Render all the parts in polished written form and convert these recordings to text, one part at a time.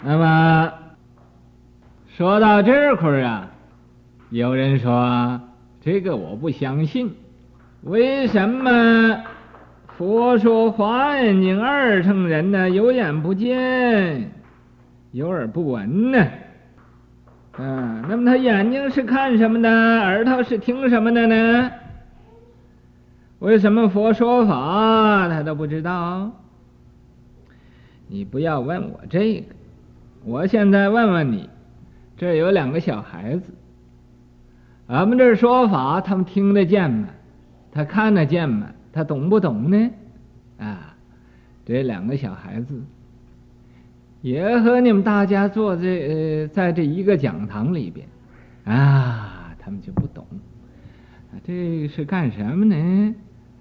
那么说到这块儿啊，有人说这个我不相信，为什么佛说华严经二乘人呢有眼不见，有耳不闻呢？那么他眼睛是看什么的，耳朵是听什么的呢？为什么佛说法他都不知道？你不要问我这个，我现在问问你，这有两个小孩子，俺们这说法他们听得见吗？他看得见吗？他懂不懂呢？这两个小孩子也和你们大家坐在这一个讲堂里边他们就不懂这是干什么呢？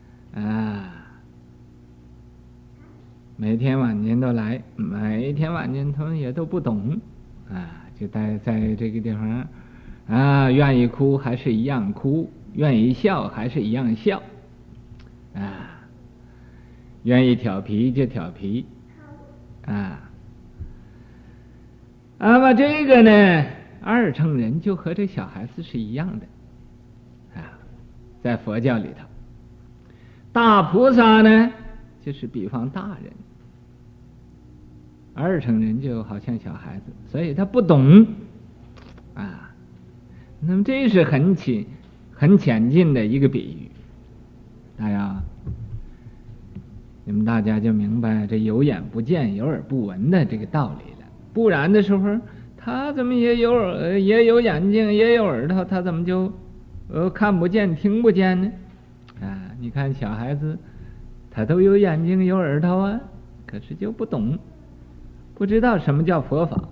每天晚间都来，每天晚间他们也都不懂就待在这个地方愿意哭还是一样哭，愿意笑还是一样笑愿意挑皮就挑皮那么这个呢，二乘人就和这小孩子是一样的在佛教里头，大菩萨呢就是比方大人，二乘人就好像小孩子，所以他不懂那么这是很浅近的一个比喻，你们大家就明白这有眼不见有耳不闻的这个道理了。不然的时候他怎么也有眼睛也有耳朵，他怎么就看不见听不见呢？你看小孩子他都有眼睛有耳朵可是就不懂，不知道什么叫佛法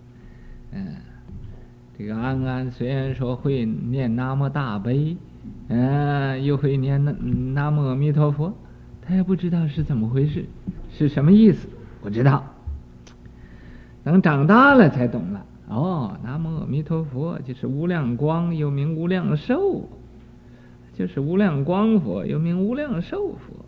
这个安安虽然说会念南无大悲又会念南无阿弥陀佛，他也不知道是怎么回事，是什么意思不知道，等长大了才懂了。南无阿弥陀佛就是无量光又名无量寿，就是无量光佛又名无量寿佛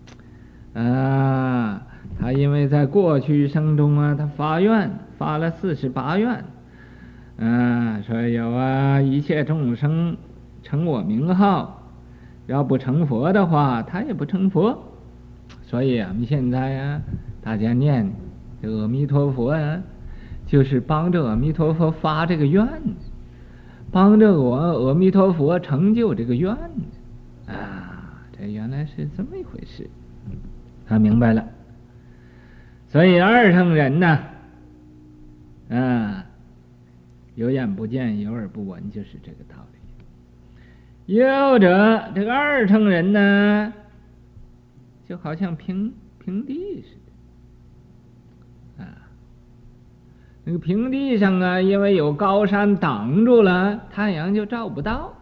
他因为在过去生中他发愿发了48愿说有一切众生称我名号，要不成佛的话他也不成佛，所以我们现在大家念这个阿弥陀佛就是帮着阿弥陀佛发这个愿，帮着我阿弥陀佛成就这个愿这原来是这么一回事，他明白了。所以二乘人呢有眼不见有耳不闻，就是这个道理。又者这个二乘人呢就好像平地似的那个平地上因为有高山挡住了，太阳就照不到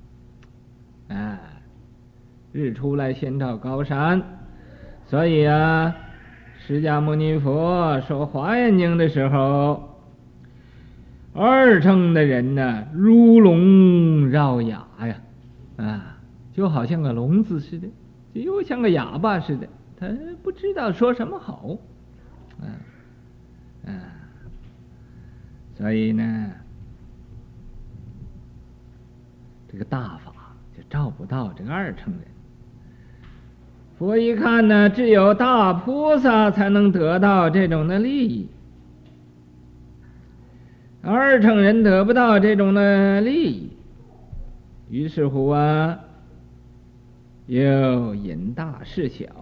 日出来先照高山，所以释迦牟尼佛说华严经的时候，二乘的人呢如聋绕哑就好像个聋子似的，又像个哑巴似的，他不知道说什么好所以呢这个大法就照不到这个二乘人。佛一看呢，只有大菩萨才能得到这种的利益，二乘人得不到这种的利益，于是乎又引大示小，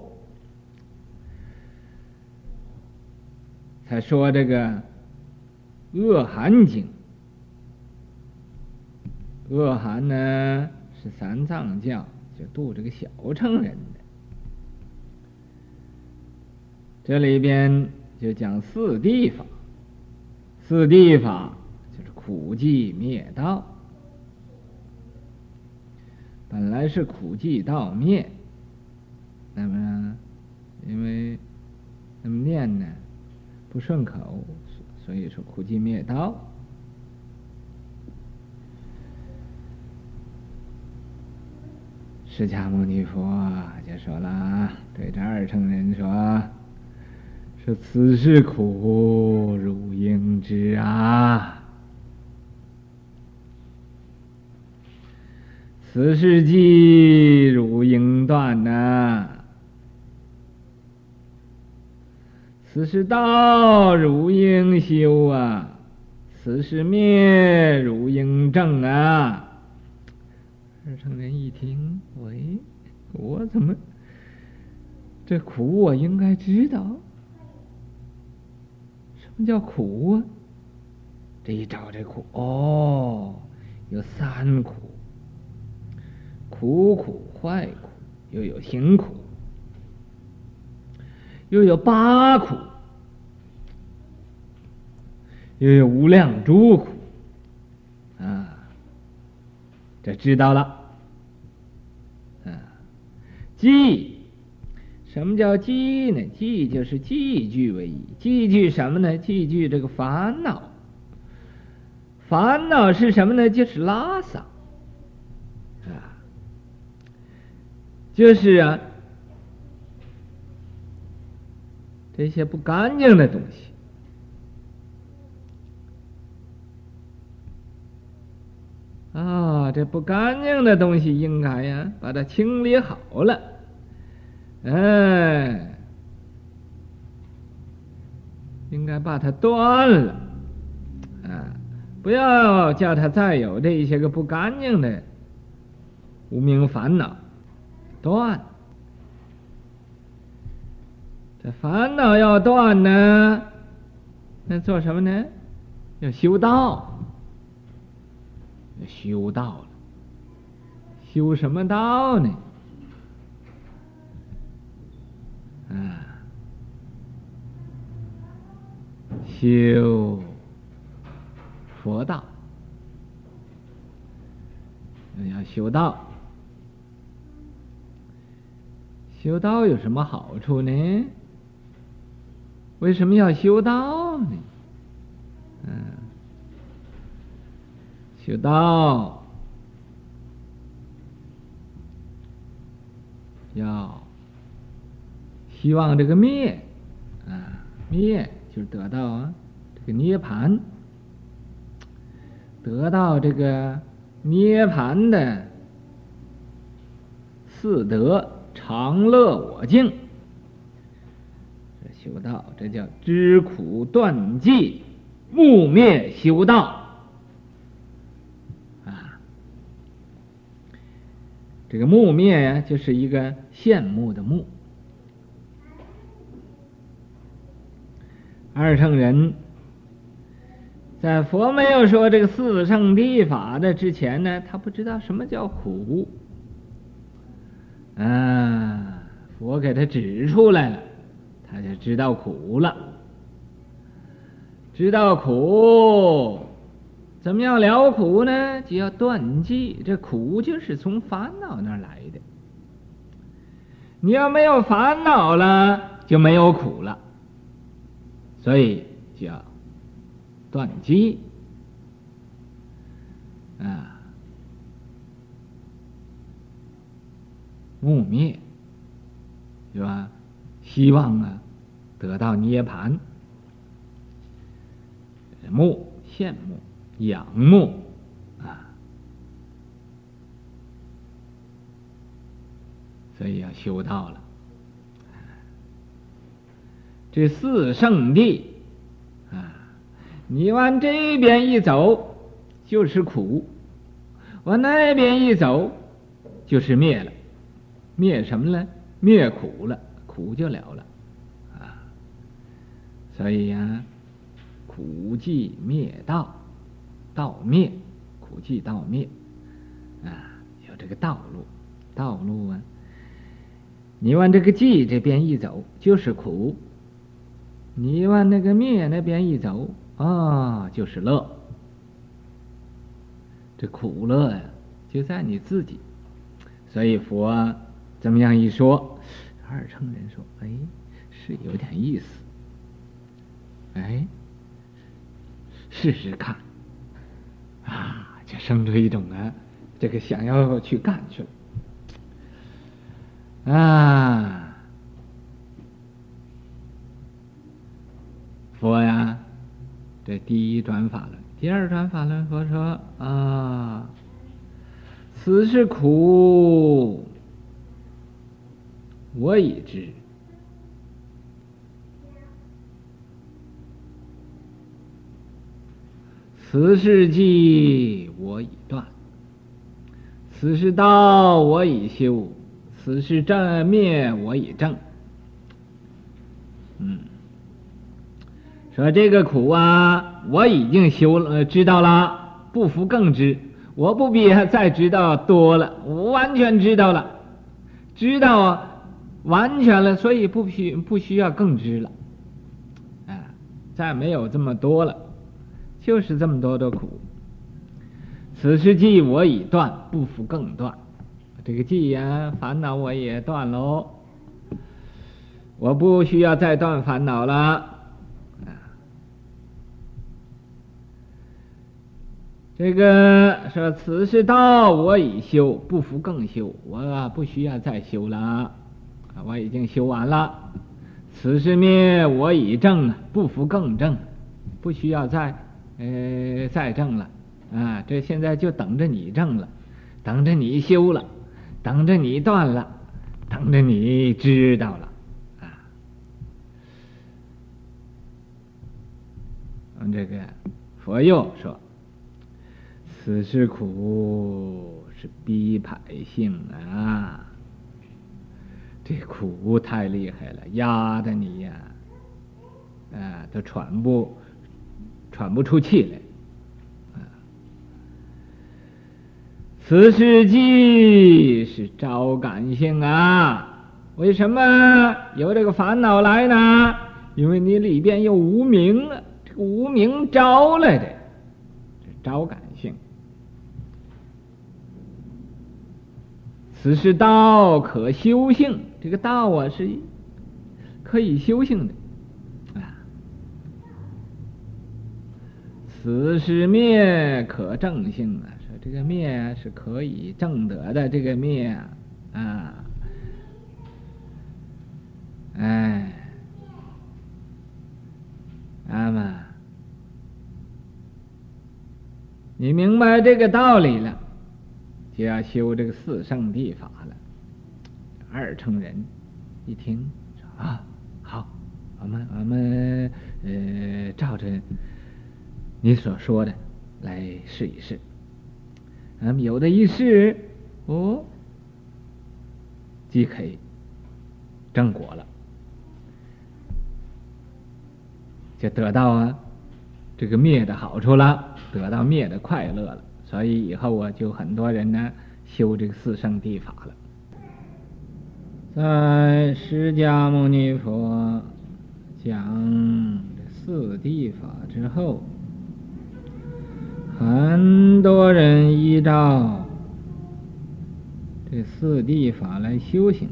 才说这个恶寒经。恶寒呢是三藏教就度这个小乘人的，这里边就讲四谛法。四谛法就是苦寂灭道，本来是苦寂道灭，那么因为那么念呢不顺口，所以说苦寂灭道。释迦牟尼佛就说了，对这二乘人说说此事苦如应知啊，此事寂如应断呐，此事道如应修啊，此事灭如应正啊。二乘人一听，喂，我怎么这苦我应该知道？什么叫苦啊？这一找这苦，哦，有三苦：苦苦、坏苦，又有行苦，又有八苦，又有无量诸苦啊！这知道了啊。寂，什么叫寂呢？寂就是寂聚为一，寂聚什么呢？寂聚这个烦恼。烦恼是什么呢？就是拉萨啊，就是啊这些不干净的东西啊，这不干净的东西应该呀把它清理好了，应该把它断了啊，不要叫它再有这些个不干净的无明烦恼，断。这烦恼要断呢，那做什么呢？要修道。修道了，修什么道呢？修佛道。要修道，修道有什么好处呢？为什么要修道呢？修道要希望这个灭灭就是得到这个涅盘，得到这个涅盘的四德常乐我净。这修道，这叫知苦断寂，木灭修道。这个木灭呀，就是一个羡慕的慕。二乘人在佛没有说这个四圣谛法的之前呢，他不知道什么叫苦佛给他指出来了，他就知道苦了。知道苦，怎么样了苦呢？就要断寂。这苦就是从烦恼那儿来的，你要没有烦恼了，就没有苦了，所以就要断寂木灭，是吧？希望得到涅盘。慕，羡慕，仰慕所以要修道了。这四圣谛你往这边一走就是苦，往那边一走就是灭了。灭什么呢？灭苦了，苦就了了所以苦寂灭道，道灭，苦寂道灭有这个道路。道路你往这个寂这边一走就是苦，你往那个灭那边一走就是乐。这苦乐呀就在你自己。所以佛怎么样一说，二乘人说是有点意思，试试看就生出一种这个想要去干去了佛呀，这第一转法轮。第二转法轮，佛说啊，此是苦，我已知；此是寂，我已断；此是道，我已修；此是正灭，我已证。说这个苦啊，我已经修了，知道了，不服更知。我不比再知道多了，我完全知道了，知道啊，完全了，所以不需要更知了，再没有这么多了，就是这么多的苦。此是寂，我已断，不服更断。这个寂呀，烦恼我也断喽，我不需要再断烦恼了。这个说此是道，我已修，不服更修，我不需要再修了，我已经修完了。此是灭，我已证，不服更证，不需要再证了啊！这现在就等着你证了，等着你修了，等着你断了，等着你知道了啊！这个佛又说，此是苦，是逼迫性啊！这苦太厉害了，压得你呀，都喘不出气来。此是寂，是招感性啊！为什么有这个烦恼来呢？因为你里边有无明啊，这个无明招来的，这招感性。此是道，可修性。这个道啊，是可以修性的啊。此是灭，可证性啊。说这个灭啊，是可以证得的。这个灭啊，那么你明白这个道理了，就要修这个四圣谛法了。二乘人一听说啊，好，我们照着你所说的来试一试。有的一试，即可以正果了，就得到这个灭的好处了，得到灭的快乐了。所以以后就很多人呢修这个四圣谛法了。在释迦牟尼佛讲四谛法之后，很多人依照这四谛法来修行，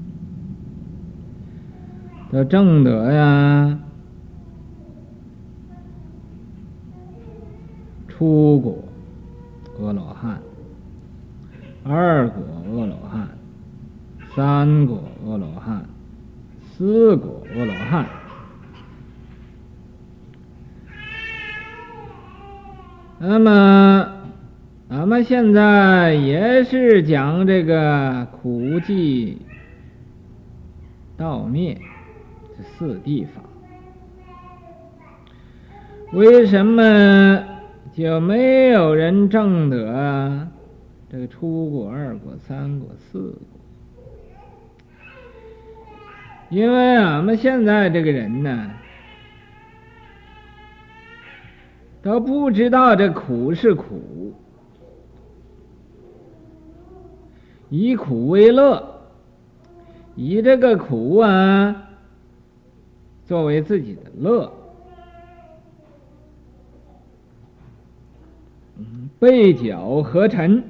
都证得呀初果阿罗汉、二果阿罗汉、三果阿罗汉、四果阿罗汉。那么俺们现在也是讲这个苦寂道灭这四谛法，为什么就没有人证得这个初果、二果、三果、四果？因为俺们现在这个人呢，都不知道这苦是苦，以苦为乐，以这个苦作为自己的乐，背脚合尘，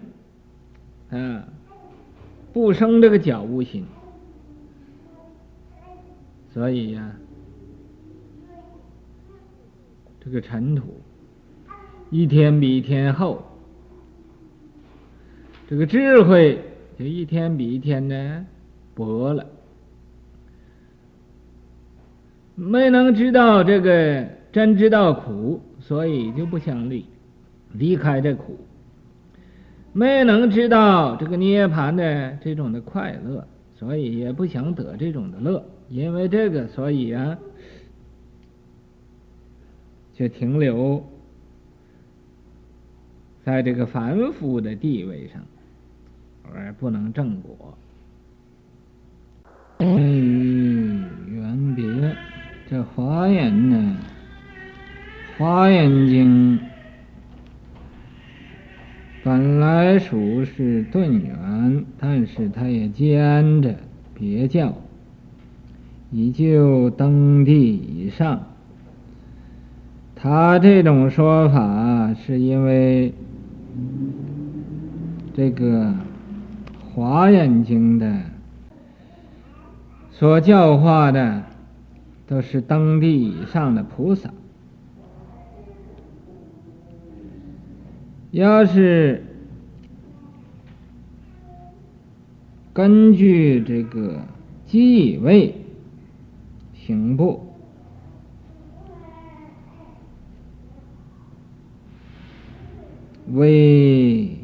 不生这个觉悟心。所以这个尘土一天比一天厚，这个智慧就一天比一天薄了。 没能知道这个真知道苦，所以就不想离开这苦。没能知道这个涅槃的这种的快乐，所以也不想得这种的乐。因为这个，所以啊，就停留在这个凡夫的地位上，而不能正果。缘别，这华严呢，华严经本来属是顿圆，但是它也兼着别教，以就登地以上。他这种说法是因为这个华严经的所教化的都是登地以上的菩萨，要是根据这个机位行部，为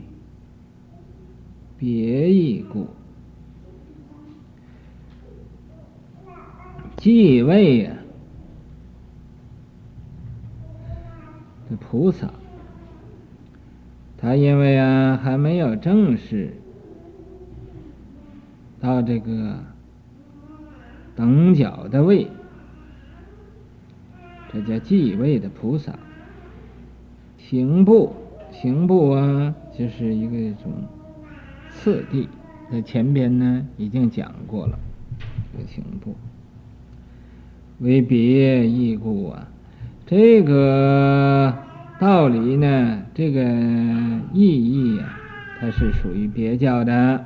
别义故。机位呀，这菩萨他因为啊还没有正式到这个等角的位，这叫机位的菩萨。行部啊，就是一种次第，在前边呢已经讲过了。这个行部为别义故啊，这个道理呢，这个意义啊，它是属于别教的，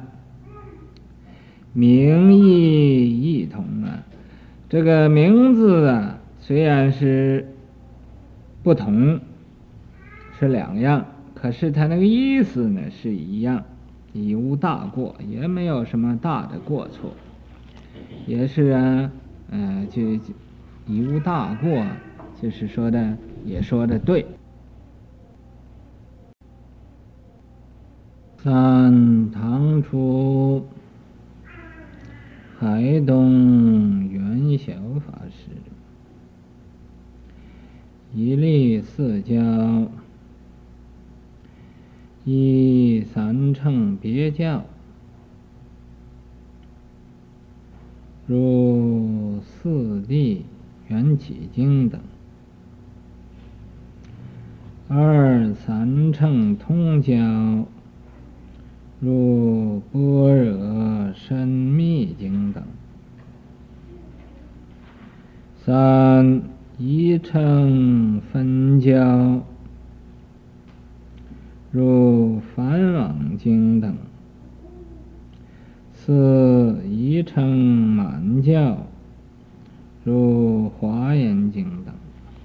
名义异同啊。这个名字啊，虽然是不同，是两样，可是它那个意思呢是一样，已无大过，也没有什么大的过错，也是啊，就已无大过，就是说的也说的对。三唐初海东元晓法师一立四教，依三乘别教，如四谛缘起经等，二三乘通教，如般若深密经等，三一乘分教，如梵网经等，四一乘满教，如华严经等。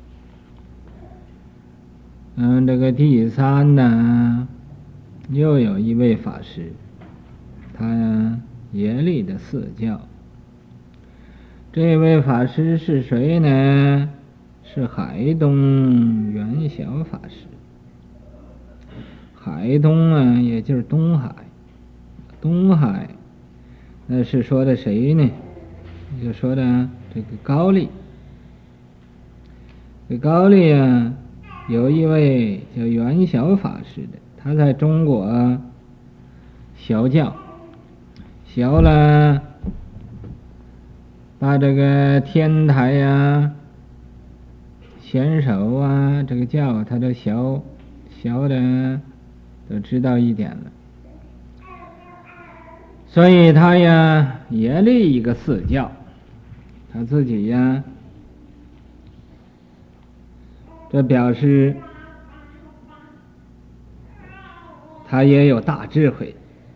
这个第三呢，又有一位法师，他呀也立的四教。这位法师是谁呢？是海东元晓法师。海东啊，也就是东海。东海那是说的谁呢？就说的这个高丽。这高丽啊，有一位叫元晓法师的，他在中国学教，学了，把这个天台呀、显手啊，这个教他都学的都知道一点了。所以他呀也立一个四教，他自己呀，这表示他也有大智慧，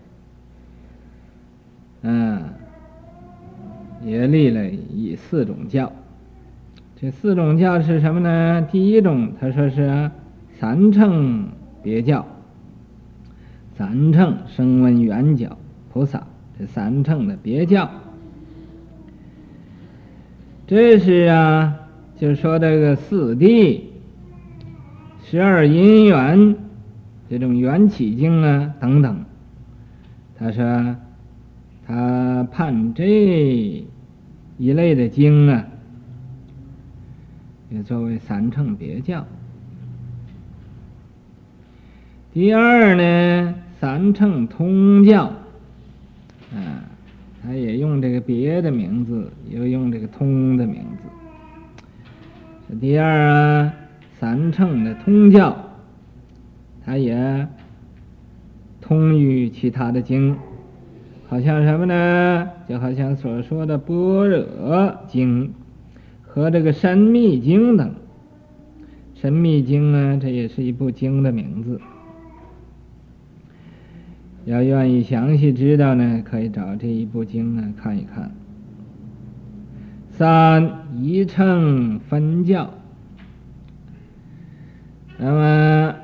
也立了以四种教。这四种教是什么呢？第一种他说是三乘别教，三乘声闻缘觉菩萨，这三乘的别教。 这是啊，就说这个四谛、12因缘这种缘起经啊等等，他说他判这一类的经啊，也作为三乘别教。第二呢，三乘通教，他也用这个别的名字，又用这个通的名字。第二啊，三乘的通教，它也通于其他的经，好像什么呢？就好像所说的般若经和这个神秘经等。神秘经啊，这也是一部经的名字。要愿意详细知道呢，可以找这一部经呢看一看。三一乘分教，那么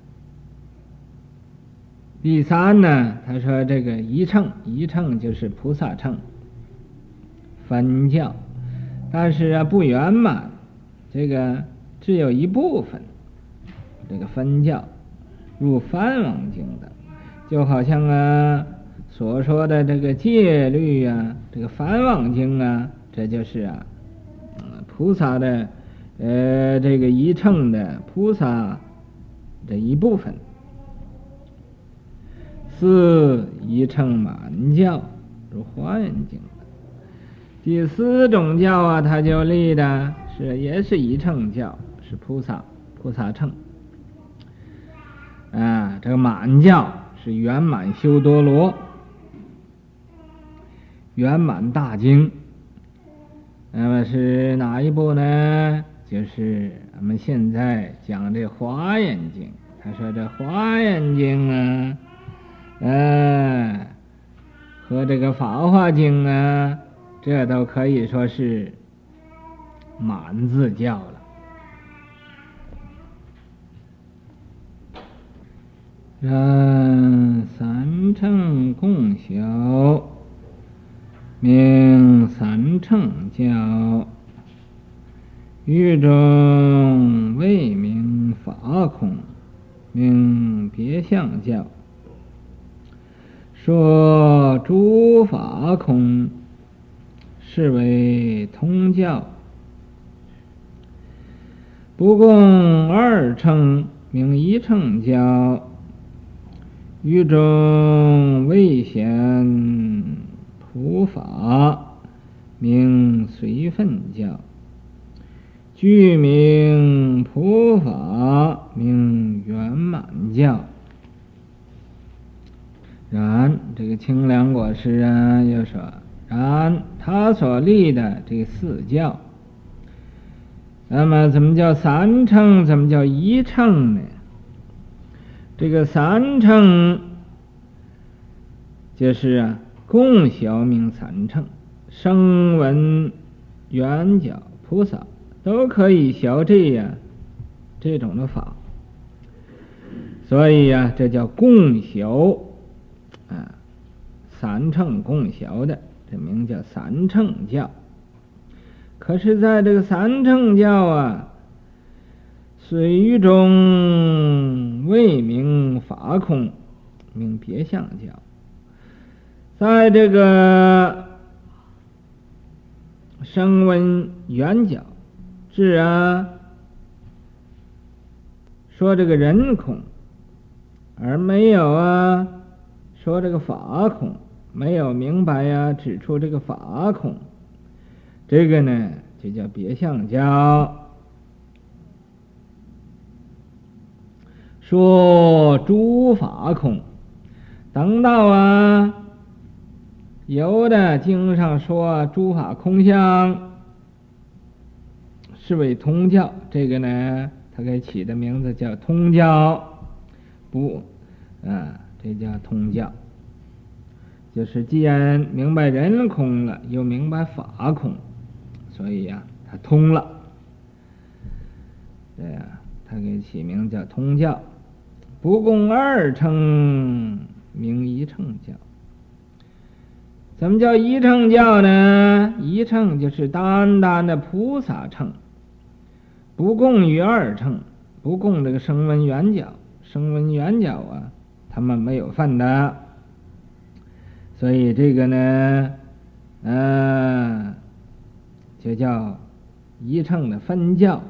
第三呢，他说这个一乘就是菩萨乘，分教，但是啊不圆满，这个只有一部分，这个分教入梵王经的。就好像啊所说的这个戒律啊，这个梵王经啊，这就是啊菩萨的这个一乘的菩萨这一部分。四一乘满教如华严经。第四种教啊，它就立的也是一乘教，是菩萨乘啊。这个满教是圆满修多罗，圆满大经。那么是哪一部呢？就是我们现在讲这华严经。他说这华严经啊，和这个法华经啊，这都可以说是满字教了。让三乘共修，名三乘教，语中未名法空，名别相教。说诸法空，是为通教。不共二乘，名一乘教。语中未显普法，名随分教。具名普法，名圆满教。然这个清凉果师啊，又说，然他所立的这四教，那么怎么叫三乘，怎么叫一乘呢？这个三乘就是共修名三乘，声闻缘觉菩萨都可以修这种的法，所以这叫共修三乘共修的，这名叫三乘教。可是在这个三乘教虽语中未名法空，名别相教。在这个声闻缘觉是说这个人空，而没有说这个法空，没有明白指出这个法空，这个呢就叫别相教。说诸法空，等到有的经上说诸法空相，是为通教，这个呢他给起的名字叫通教，这叫通教，就是既然明白人空了，又明白法空，所以他通了，他给起名叫通教。不共二乘，名一乘教。 怎么叫一乘教呢？一乘就是单单的菩萨乘，不共于二乘，不共这个声闻缘觉。声闻缘觉啊，他们没有分的，所以这个呢，就叫一乘的分教。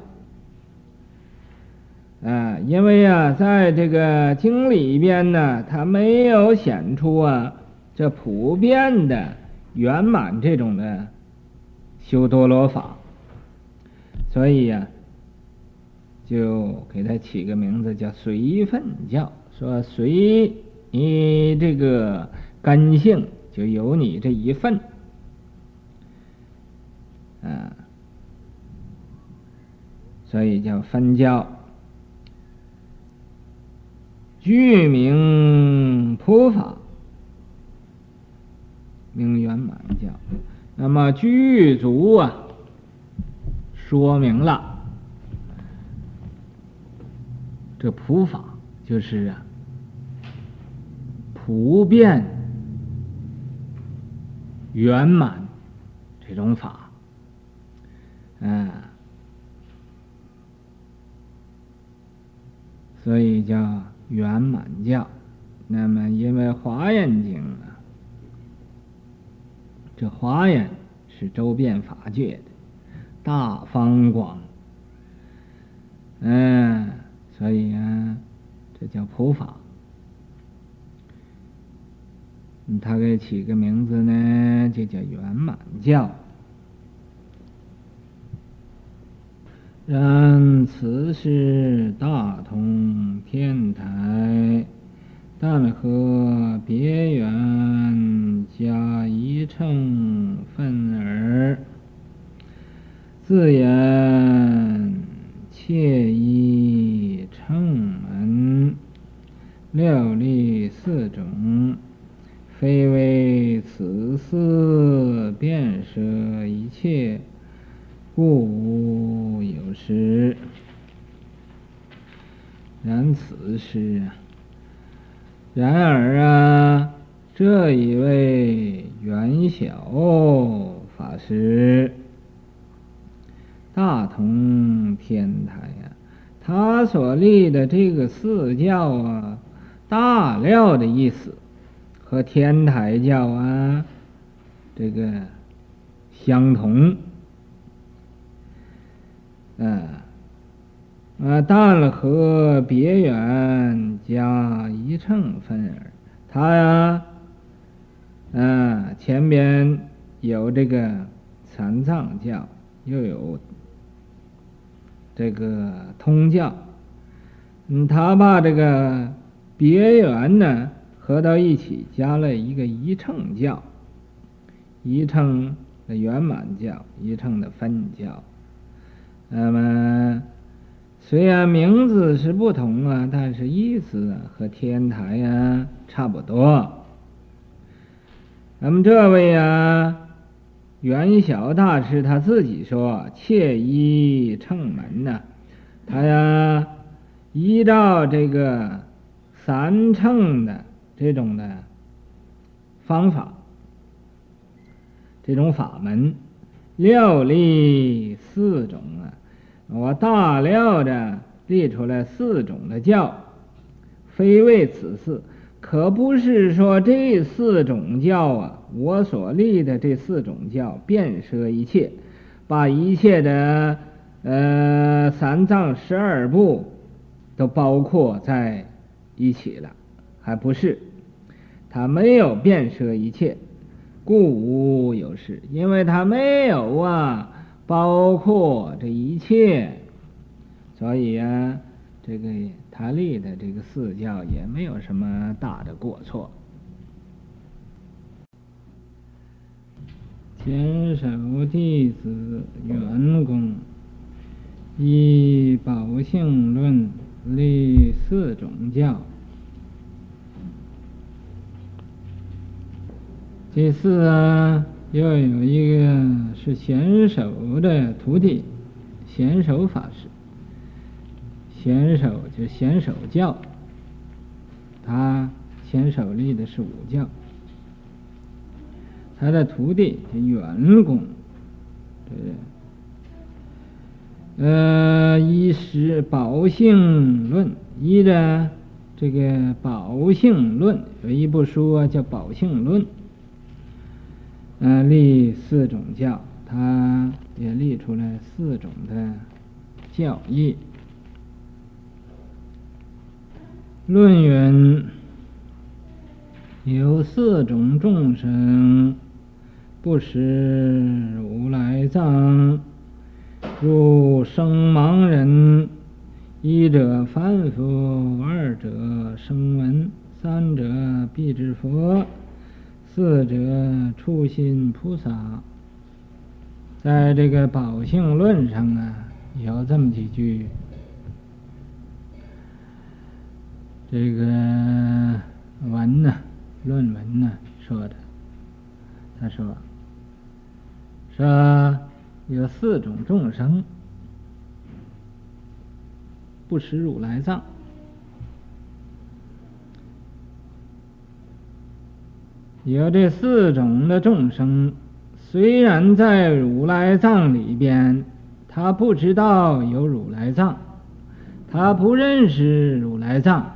因为啊，在这个经里边呢，它没有显出啊这普遍的圆满这种的修多罗法，所以呀，就给它起个名字叫随分教，说随你这个根性就有你这一份，所以叫分教。具名普法，名圆满教。那么具足啊，说明了这普法就是啊普遍圆满这种法，所以叫圆满教。那么因为华严经啊，这华严是周遍法界的大方广，所以啊这叫普法。他给起个名字呢，就叫圆满教。然此是大同天台但合别圆加一乘分耳，自言切一乘门，六力四种，非为此思遍摄一切，故无有时。然此是然而啊，这一位元晓法师，大同天台呀，他所立的这个四教啊，大料的意思和天台教啊这个相同。但合别圆加一乘分耳，他呀，前边有这个残藏教，又有这个通教，他把这个别圆呢合到一起，加了一个一乘教，一乘的圆满教，一乘的分教。那么虽然名字是不同啊，但是意思和天台啊差不多。那么这位元晓大师他自己说，切一乘门呢，他呀依照这个三乘的这种的方法，这种法门，六力四种啊，我大料的立出来四种的教，非为此事，可不是说这四种教啊，我所立的这四种教遍摄一切，把一切的三藏12部都包括在一起了，还不是，他没有遍摄一切，故无有事，因为他没有包括这一切，所以这个他立的这个四教也没有什么大的过错。前首弟子圆公依宝性论立四种教，其次又有一个是贤首的徒弟，贤首法师。贤首就贤首教，他贤首立的是五教， 他的徒弟元公，依是宝性论，依着这个宝性论，有一部书啊叫宝性论，立4种教，他也立出来4种的教义。论云：有4种众生，不识如来藏，如声盲人，一者凡夫，二者声闻，三者辟支佛，四者初心菩萨。在这个宝性论上啊，有这么几句，这个文呢，论文呢说的，他说有4种众生不识如来藏。有这4种的众生，虽然在如来藏里边，他不知道有如来藏，他不认识如来藏。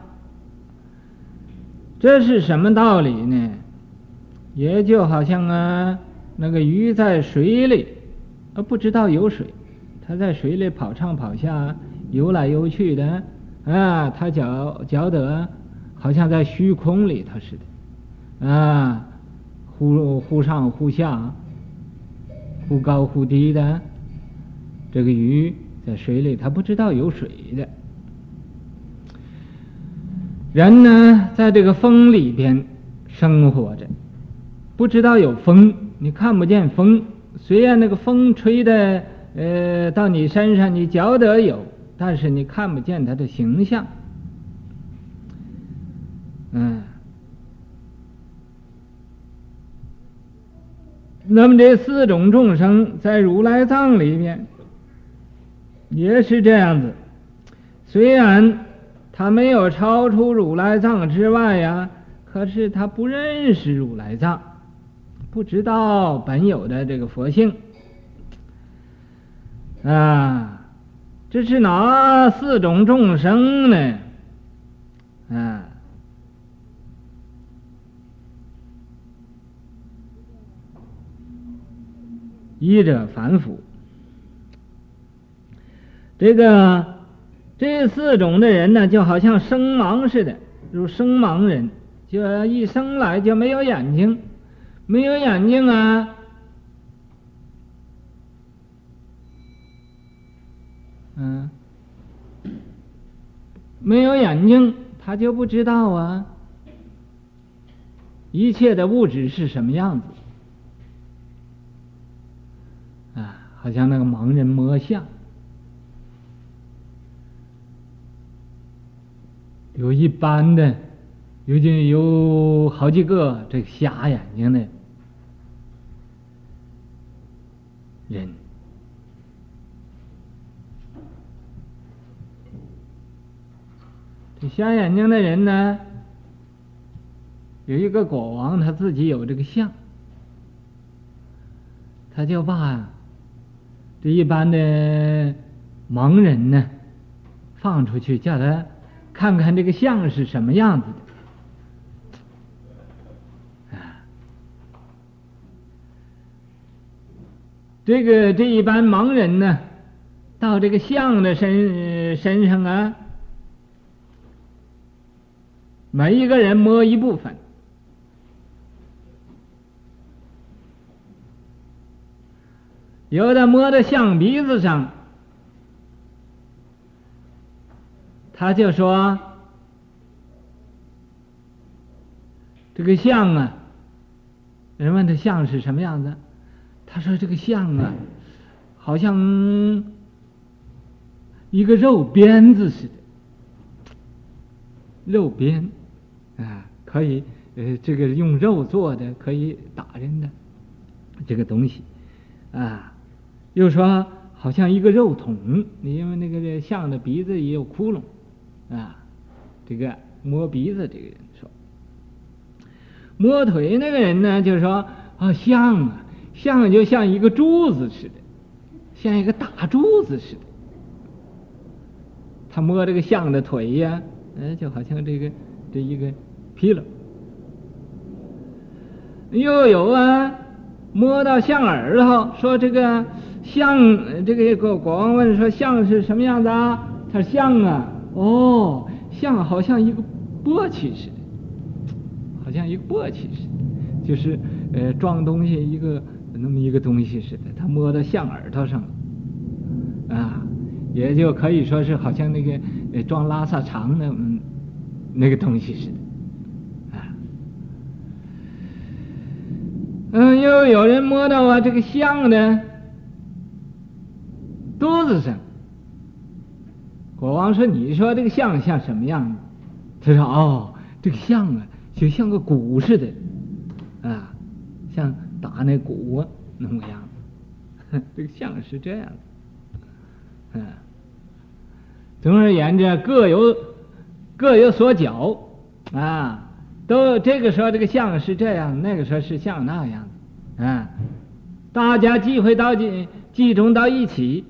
这是什么道理呢？也就好像那个鱼在水里，不知道有水，它在水里跑上跑下，游来游去的，它觉得好像在虚空里头似的，忽上忽下，忽高忽低的。这个鱼在水里，它不知道有水的。人呢，在这个风里边生活着，不知道有风，你看不见风，虽然那个风吹的到你身上，你觉得有，但是你看不见它的形象。那么这4种众生在如来藏里面也是这样子，虽然他没有超出如来藏之外呀，可是他不认识如来藏，不知道本有的这个佛性这是哪4种众生呢？一者凡夫。这4种的人呢，就好像生盲似的，如生盲人，就一生来就没有眼睛，没有眼睛没有眼睛，他就不知道一切的物质是什么样子好像那个盲人摸象，有一般的，有好几个这个瞎眼睛的人，这瞎眼睛的人呢，有一个国王，他自己有这个像，他就把这一般的盲人呢放出去，叫他看看这个像是什么样子的这一般盲人呢，到这个像的身上每一个人摸一部分，有的摸到象鼻子上，他就说这个象人问他象是什么样子，他说这个象好像一个肉鞭子似的，肉鞭可以这个用肉做的，可以打人的这个东西又说好像一个肉桶，因为那个象的鼻子也有窟窿这个摸鼻子这个人说，摸腿那个人呢就说像啊，像就像一个柱子似的，像一个大柱子似的。他摸这个象的腿呀，就好像这一个皮了。又有啊，摸到象耳朵，说这个象，这个国王问说象是什么样子啊？他说象啊，象好像一个簸箕似的，好像一个簸箕似的，就是装东西一个那么一个东西似的。他摸到象耳朵上了，啊，也就可以说是好像那个装拉萨肠的那个东西似的，啊，又有人摸到啊这个象的肚子上。国王说：“你说这个象像什么样子？”他说：“这个象啊，就像个鼓似的，啊，像打那鼓啊那么个样子。这个象是这样的，总而言之，各有所讲啊，都这个时候这个象是这样，那个时候是像那样子，啊，大家集中到一起。”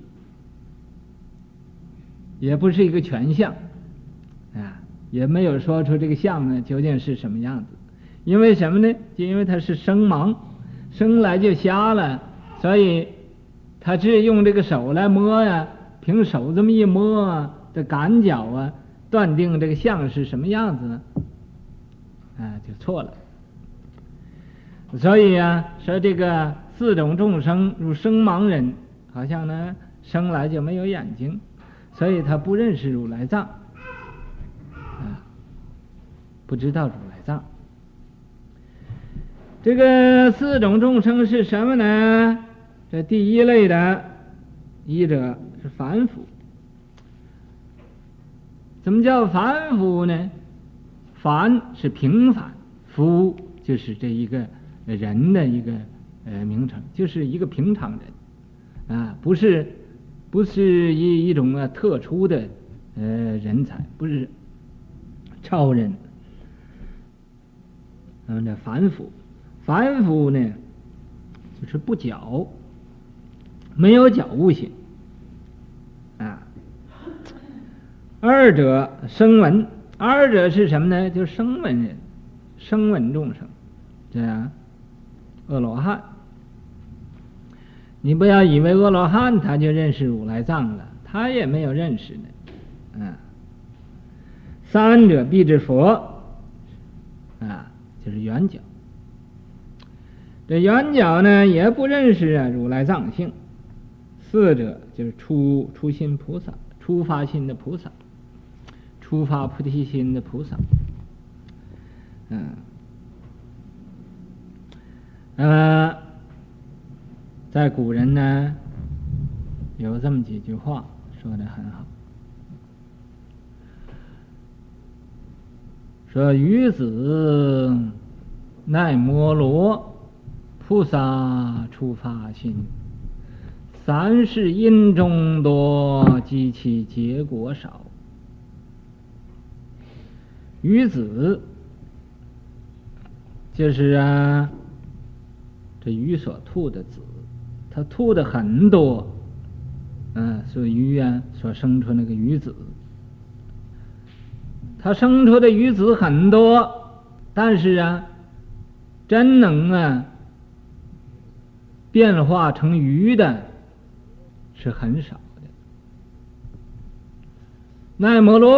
也不是一个全像，啊，也没有说出这个像呢究竟是什么样子。因为什么呢？就因为他是生盲，生来就瞎了，所以他只用这个手来摸呀，凭手这么一摸啊的感觉啊，断定这个像是什么样子呢？就错了。所以啊，说这个四种众生如生盲人，好像呢生来就没有眼睛。所以他不认识如来藏，不知道如来藏。这个四种众生是什么呢？这第一类的一者是凡夫。怎么叫凡夫呢？凡是平凡，夫就是这一个人的一个名称，就是一个平常人，不是一种特殊的人才，不是超人。这凡夫呢，就是不矫，没有矫悟性啊。二者声闻，二者是什么呢？就是声闻人，声闻众生，这样阿罗汉。你不要以为阿罗汉他就认识如来藏了，他也没有认识呢。三者必知佛，就是圆觉。这圆觉呢也不认识如来藏性。四者就是初心菩萨，初发心的菩萨，初发菩提心的菩萨。在古人呢有这么几句话说得很好，说于子奈摩罗菩萨初发心，三世因中多，及其结果少。于子就是这鱼所吐的子，他吐的很多，所以鱼所生出那个鱼子，他生出的鱼子很多，但是真能变化成鱼的是很少的。奈摩罗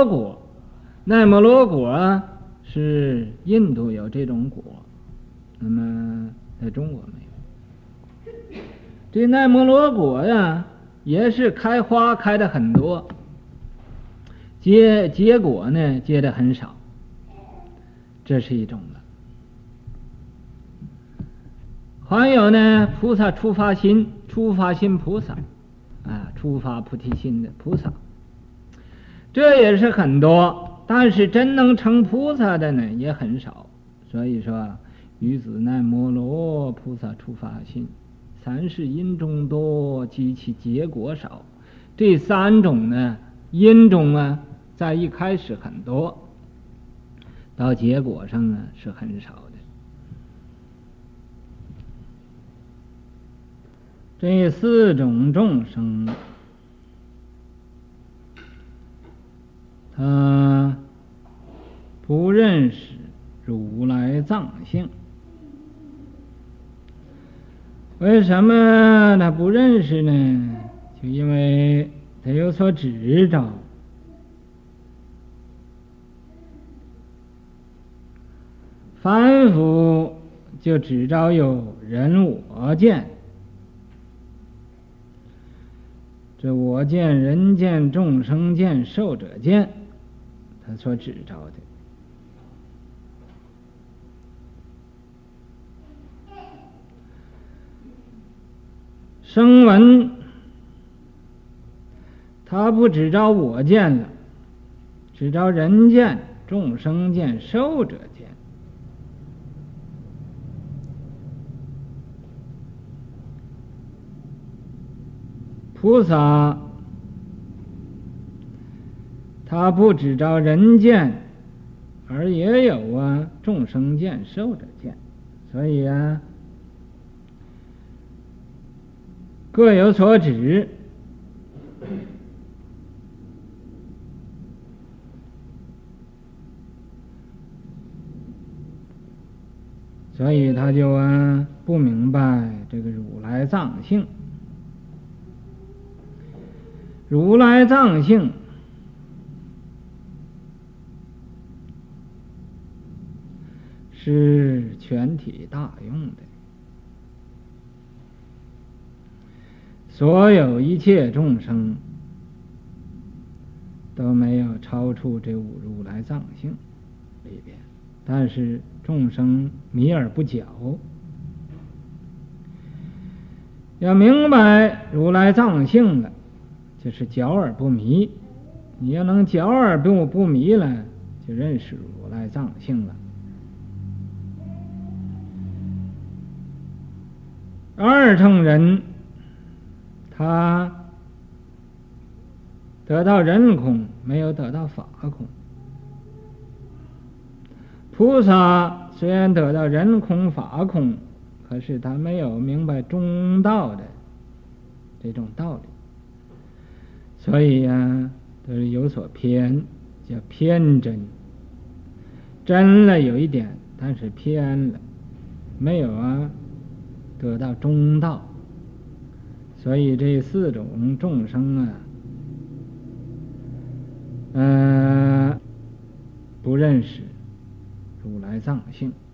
果是印度有这种果，那么在中国没有。这奈摩罗果也是开花开的很多，结果呢结的很少，这是一种了。还有呢，菩萨初发心菩萨，初发菩提心的菩萨，这也是很多，但是真能成菩萨的呢也很少。所以说于子奈摩罗菩萨初发心，三世因中多，及其结果少。这三种呢因中在一开始很多，到结果上是很少的。 这四种众生，他不认识如来藏性。为什么他不认识呢？就因为他有所执着。凡夫就只着有人我见，这我见、人见、众生见、寿者见，他所指着的。声闻他不只着我见了，只着人见、众生见、寿者见。菩萨他不只着人见，而也有众生见、寿者见，所以各有所指。所以他就不明白这个如来藏性。如来藏性是全体大用的，所有一切众生都没有超出这五如来藏性里边，但是众生迷而不觉，要明白如来藏性了，就是觉而不迷。你要能觉而不迷了，就认识如来藏性了。二乘人他得到人空，没有得到法空。菩萨虽然得到人空法空，可是他没有明白中道的这种道理，所以都是有所偏，叫偏真。真了有一点，但是偏了，没有得到中道。所以这四种众生不认识如来藏性。